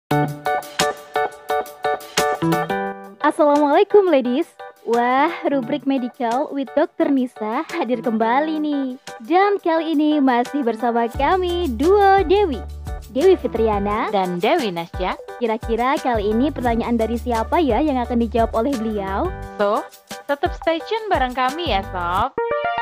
Assalamualaikum ladies. Wah, rubrik medical with Dr. Nisa hadir kembali nih. Dan kali ini masih bersama kami duo Dewi Fitriana dan Dewi Nasya. Kira-kira kali ini pertanyaan dari siapa ya yang akan dijawab oleh beliau? So, tetap stay tune bareng kami ya Sob.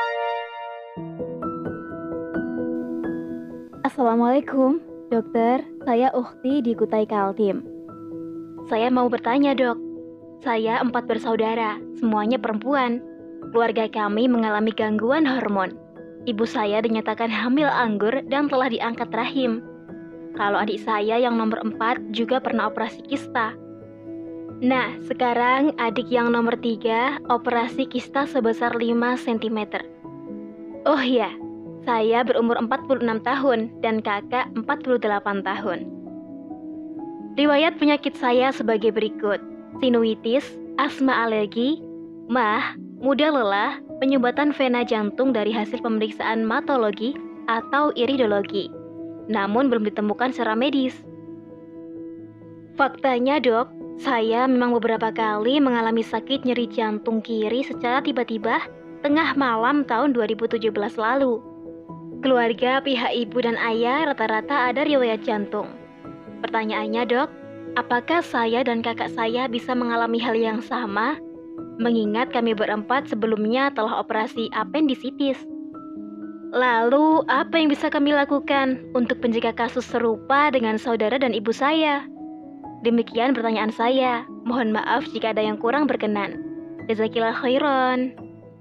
Assalamualaikum, dokter. Saya Ukhti di Kutai Kaltim. Saya mau bertanya, dok. Saya 4 bersaudara, semuanya perempuan. Keluarga kami mengalami gangguan hormon. Ibu saya dinyatakan hamil anggur dan telah diangkat rahim. Kalau adik saya yang nomor 4 juga pernah operasi kista. Nah, sekarang adik yang nomor 3 operasi kista sebesar 5 cm. Oh ya, saya berumur 46 tahun dan kakak 48 tahun. Riwayat penyakit saya sebagai berikut. Sinuitis, asma alergi, MAH, mudah lelah, penyumbatan vena jantung dari hasil pemeriksaan matologi atau iridologi, namun belum ditemukan secara medis. Faktanya dok, saya memang beberapa kali mengalami sakit nyeri jantung kiri secara tiba-tiba tengah malam tahun 2017 lalu. Keluarga pihak ibu dan ayah rata-rata ada riwayat jantung. Pertanyaannya dok, apakah saya dan kakak saya bisa mengalami hal yang sama? Mengingat kami berempat sebelumnya telah operasi apendisitis. Lalu, apa yang bisa kami lakukan untuk mencegah kasus serupa dengan saudara dan ibu saya? Demikian pertanyaan saya. Mohon maaf jika ada yang kurang berkenan. Jazakillah khairan.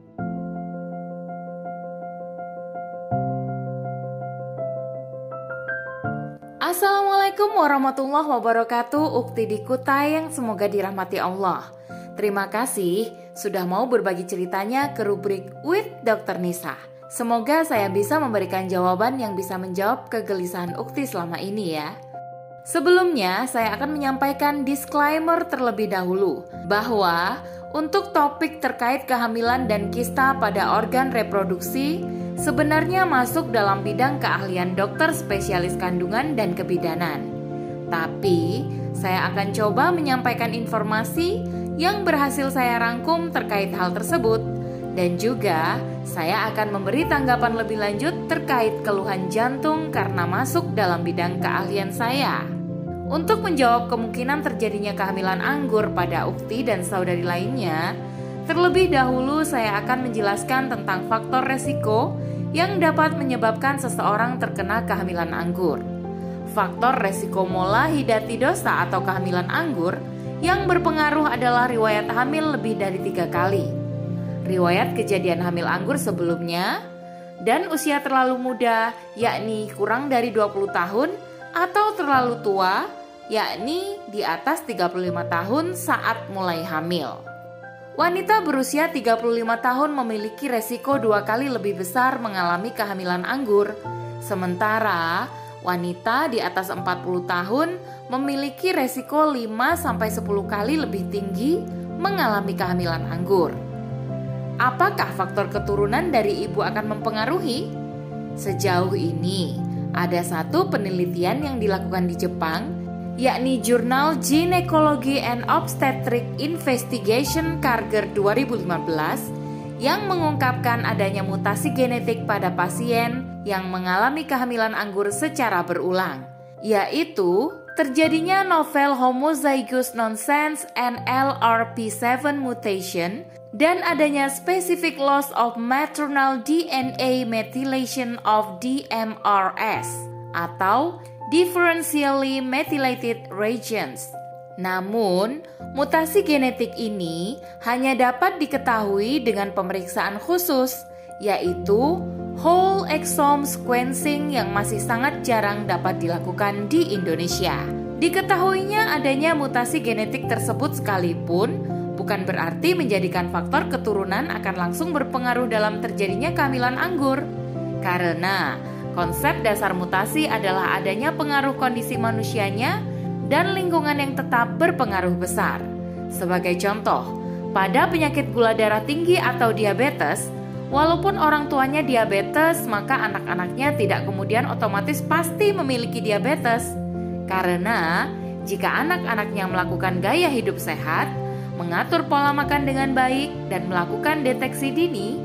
Assalamualaikum warahmatullahi wabarakatuh. Ukhti di Kutai yang semoga dirahmati Allah. Terima kasih sudah mau berbagi ceritanya ke rubrik with Dr. Nisa. Semoga saya bisa memberikan jawaban yang bisa menjawab kegelisahan Ukhti selama ini ya. Sebelumnya saya akan menyampaikan disclaimer terlebih dahulu bahwa untuk topik terkait kehamilan dan kista pada organ reproduksi sebenarnya masuk dalam bidang keahlian dokter spesialis kandungan dan kebidanan. Tapi, saya akan coba menyampaikan informasi yang berhasil saya rangkum terkait hal tersebut. Dan juga, saya akan memberi tanggapan lebih lanjut terkait keluhan jantung karena masuk dalam bidang keahlian saya. Untuk menjawab kemungkinan terjadinya kehamilan anggur pada Ukhti dan saudari lainnya, terlebih dahulu saya akan menjelaskan tentang faktor resiko yang dapat menyebabkan seseorang terkena kehamilan anggur. Faktor resiko mola hidatidosa atau kehamilan anggur yang berpengaruh adalah riwayat hamil lebih dari 3 kali, riwayat kejadian hamil anggur sebelumnya, dan usia terlalu muda yakni kurang dari 20 tahun atau terlalu tua yakni di atas 35 tahun saat mulai hamil. Wanita berusia 35 tahun memiliki resiko 2 kali lebih besar mengalami kehamilan anggur. Sementara wanita di atas 40 tahun memiliki resiko 5-10 kali lebih tinggi mengalami kehamilan anggur. Apakah faktor keturunan dari ibu akan mempengaruhi? Sejauh ini, ada satu penelitian yang dilakukan di Jepang, yakni Jurnal Gynecology and Obstetric Investigation Karger 2015 yang mengungkapkan adanya mutasi genetik pada pasien yang mengalami kehamilan anggur secara berulang, yaitu terjadinya novel homozygous nonsense NLRP7 mutation dan adanya specific loss of maternal DNA methylation of DMRS atau differentially methylated regions. Namun, mutasi genetik ini hanya dapat diketahui dengan pemeriksaan khusus, yaitu whole exome sequencing yang masih sangat jarang dapat dilakukan di Indonesia. Diketahuinya adanya mutasi genetik tersebut sekalipun bukan berarti menjadikan faktor keturunan akan langsung berpengaruh dalam terjadinya kehamilan anggur. Karena konsep dasar mutasi adalah adanya pengaruh kondisi manusianya dan lingkungan yang tetap berpengaruh besar. Sebagai contoh, pada penyakit gula darah tinggi atau diabetes, walaupun orang tuanya diabetes, maka anak-anaknya tidak kemudian otomatis pasti memiliki diabetes. Karena Jika anak-anaknya melakukan gaya hidup sehat, mengatur pola makan dengan baik, dan melakukan deteksi dini,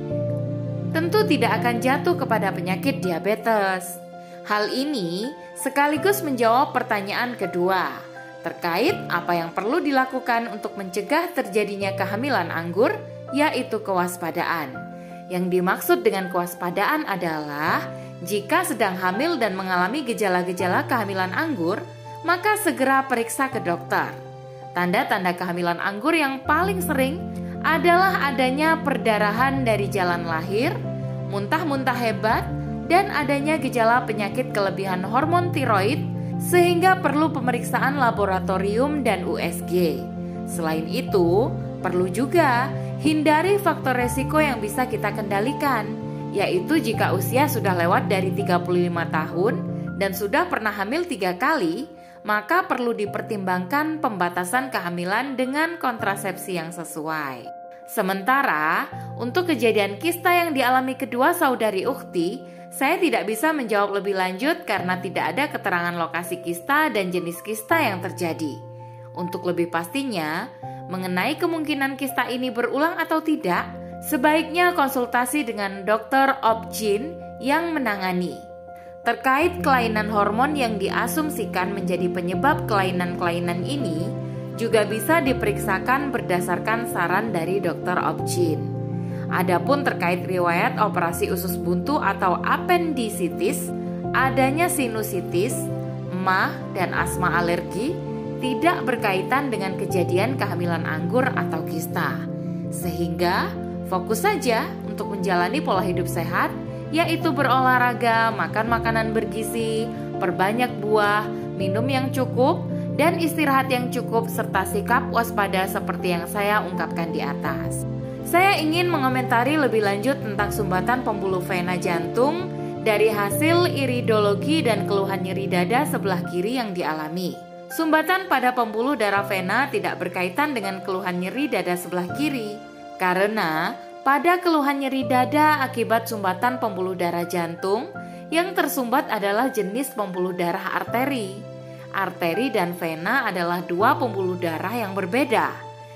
tentu tidak akan jatuh kepada penyakit diabetes. Hal ini sekaligus menjawab pertanyaan kedua, terkait apa yang perlu dilakukan untuk mencegah terjadinya kehamilan anggur, yaitu kewaspadaan. Yang dimaksud dengan kewaspadaan adalah jika sedang hamil dan mengalami gejala-gejala kehamilan anggur, maka segera periksa ke dokter. Tanda-tanda kehamilan anggur yang paling sering adalah adanya perdarahan dari jalan lahir, muntah-muntah hebat, dan adanya gejala penyakit kelebihan hormon tiroid sehingga perlu pemeriksaan laboratorium dan USG. Selain itu, perlu juga hindari faktor resiko yang bisa kita kendalikan, yaitu jika usia sudah lewat dari 35 tahun dan sudah pernah hamil 3 kali, maka perlu dipertimbangkan pembatasan kehamilan dengan kontrasepsi yang sesuai. Sementara, untuk kejadian kista yang dialami kedua saudari Ukhti, saya tidak bisa menjawab lebih lanjut karena tidak ada keterangan lokasi kista dan jenis kista yang terjadi. Untuk lebih pastinya, mengenai kemungkinan kista ini berulang atau tidak, sebaiknya konsultasi dengan dokter Obgyn yang menangani. Terkait kelainan hormon yang diasumsikan menjadi penyebab kelainan-kelainan ini, juga bisa diperiksakan berdasarkan saran dari dokter Obgyn. Adapun terkait riwayat operasi usus buntu atau appendicitis, adanya sinusitis, emah, dan asma alergi tidak berkaitan dengan kejadian kehamilan anggur atau kista. Sehingga fokus saja untuk menjalani pola hidup sehat, yaitu berolahraga, makan makanan bergizi, perbanyak buah, minum yang cukup, dan istirahat yang cukup serta sikap waspada seperti yang saya ungkapkan di atas. Saya ingin mengomentari lebih lanjut tentang sumbatan pembuluh vena jantung dari hasil iridologi dan keluhan nyeri dada sebelah kiri yang dialami. Sumbatan pada pembuluh darah vena tidak berkaitan dengan keluhan nyeri dada sebelah kiri, karena pada keluhan nyeri dada akibat sumbatan pembuluh darah jantung, yang tersumbat adalah jenis pembuluh darah arteri. Arteri dan vena adalah dua pembuluh darah yang berbeda,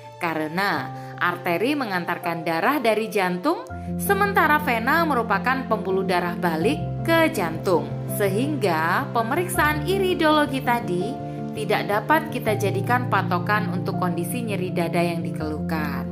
karena arteri mengantarkan darah dari jantung, sementara vena merupakan pembuluh darah balik ke jantung. Sehingga pemeriksaan iridologi tadi tidak dapat kita jadikan patokan untuk kondisi nyeri dada yang dikeluhkan.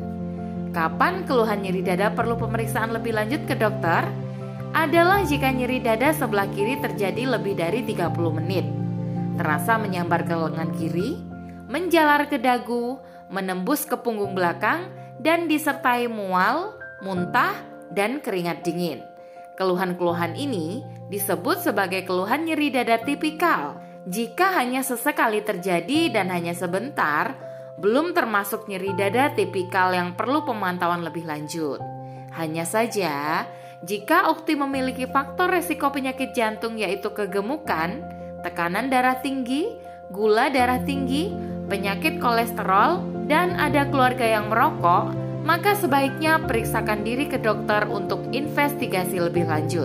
Kapan keluhan nyeri dada perlu pemeriksaan lebih lanjut ke dokter? Adalah jika nyeri dada sebelah kiri terjadi lebih dari 30 menit, terasa menyambar ke lengan kiri, menjalar ke dagu, menembus ke punggung belakang, dan disertai mual, muntah, dan keringat dingin. Keluhan-keluhan ini disebut sebagai keluhan nyeri dada tipikal. Jika hanya sesekali terjadi dan hanya sebentar, belum termasuk nyeri dada tipikal yang perlu pemantauan lebih lanjut. Hanya saja, jika Ukhti memiliki faktor resiko penyakit jantung yaitu kegemukan, tekanan darah tinggi, gula darah tinggi, penyakit kolesterol, dan ada keluarga yang merokok, maka sebaiknya periksakan diri ke dokter untuk investigasi lebih lanjut.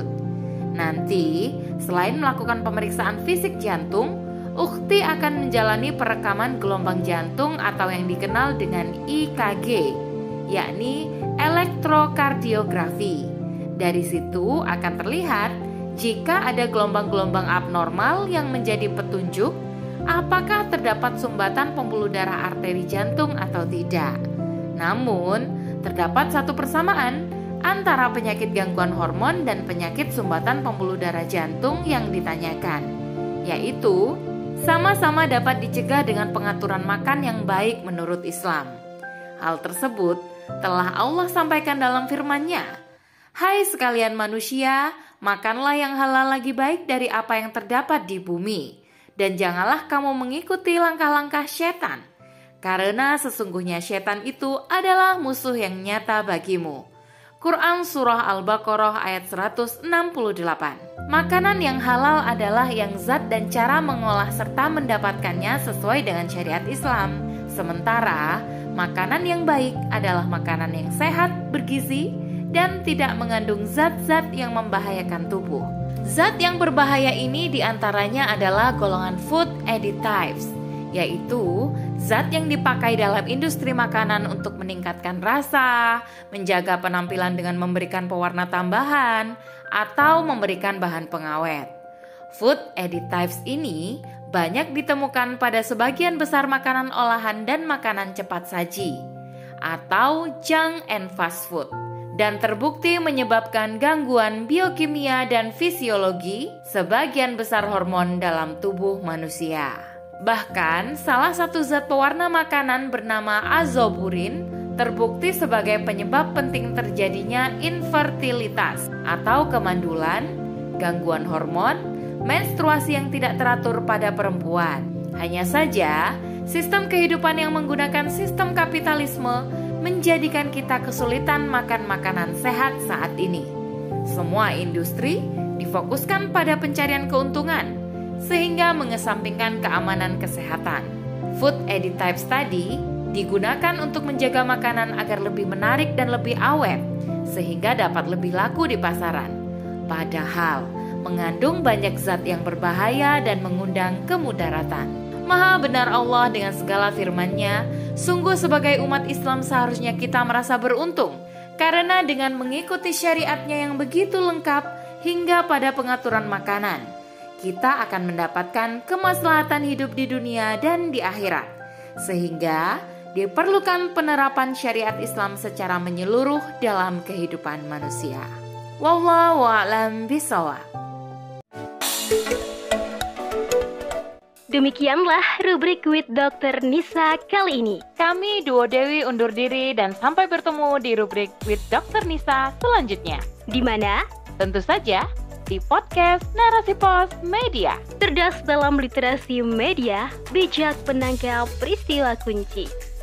Nanti, selain melakukan pemeriksaan fisik jantung, Ukhti akan menjalani perekaman gelombang jantung atau yang dikenal dengan EKG, yakni elektrokardiografi. Dari situ akan terlihat jika ada gelombang-gelombang abnormal yang menjadi petunjuk apakah terdapat sumbatan pembuluh darah arteri jantung atau tidak. Namun, terdapat satu persamaan antara penyakit gangguan hormon dan penyakit sumbatan pembuluh darah jantung yang ditanyakan, yaitu sama-sama dapat dicegah dengan pengaturan makan yang baik menurut Islam. Hal tersebut telah Allah sampaikan dalam firman-Nya, "Hai sekalian manusia, makanlah yang halal lagi baik dari apa yang terdapat di bumi. Dan janganlah kamu mengikuti langkah-langkah setan, karena sesungguhnya setan itu adalah musuh yang nyata bagimu." Quran Surah Al-Baqarah ayat 168. Makanan yang halal adalah yang zat dan cara mengolah serta mendapatkannya sesuai dengan syariat Islam. Sementara makanan yang baik adalah makanan yang sehat, bergizi, dan tidak mengandung zat-zat yang membahayakan tubuh. Zat yang berbahaya ini diantaranya adalah golongan food additives, yaitu zat yang dipakai dalam industri makanan untuk meningkatkan rasa, menjaga penampilan dengan memberikan pewarna tambahan, atau memberikan bahan pengawet. Food additives ini banyak ditemukan pada sebagian besar makanan olahan dan makanan cepat saji, atau junk and fast food, dan terbukti menyebabkan gangguan biokimia dan fisiologi sebagian besar hormon dalam tubuh manusia. Bahkan, salah satu zat pewarna makanan bernama azopurin terbukti sebagai penyebab penting terjadinya infertilitas atau kemandulan, gangguan hormon, menstruasi yang tidak teratur pada perempuan. Hanya saja, sistem kehidupan yang menggunakan sistem kapitalisme menjadikan kita kesulitan makan makanan sehat saat ini. Semua industri difokuskan pada pencarian keuntungan, sehingga mengesampingkan keamanan kesehatan. Food additives tadi digunakan untuk menjaga makanan agar lebih menarik dan lebih awet, sehingga dapat lebih laku di pasaran. Padahal, mengandung banyak zat yang berbahaya dan mengundang kemudaratan. Maha benar Allah dengan segala firman-Nya. Sungguh sebagai umat Islam seharusnya kita merasa beruntung, karena dengan mengikuti syariat-Nya yang begitu lengkap hingga pada pengaturan makanan, kita akan mendapatkan kemaslahatan hidup di dunia dan di akhirat. Sehingga diperlukan penerapan syariat Islam secara menyeluruh dalam kehidupan manusia. Wallahu a'lam bishawab. Demikianlah rubrik with Dr. Nisa kali ini. Kami Duo Dewi undur diri dan sampai bertemu di rubrik with Dr. Nisa selanjutnya. Di mana? Tentu saja di podcast Narasi Pos Media. Cerdas dalam literasi media, bijak penangkal peristiwa kunci.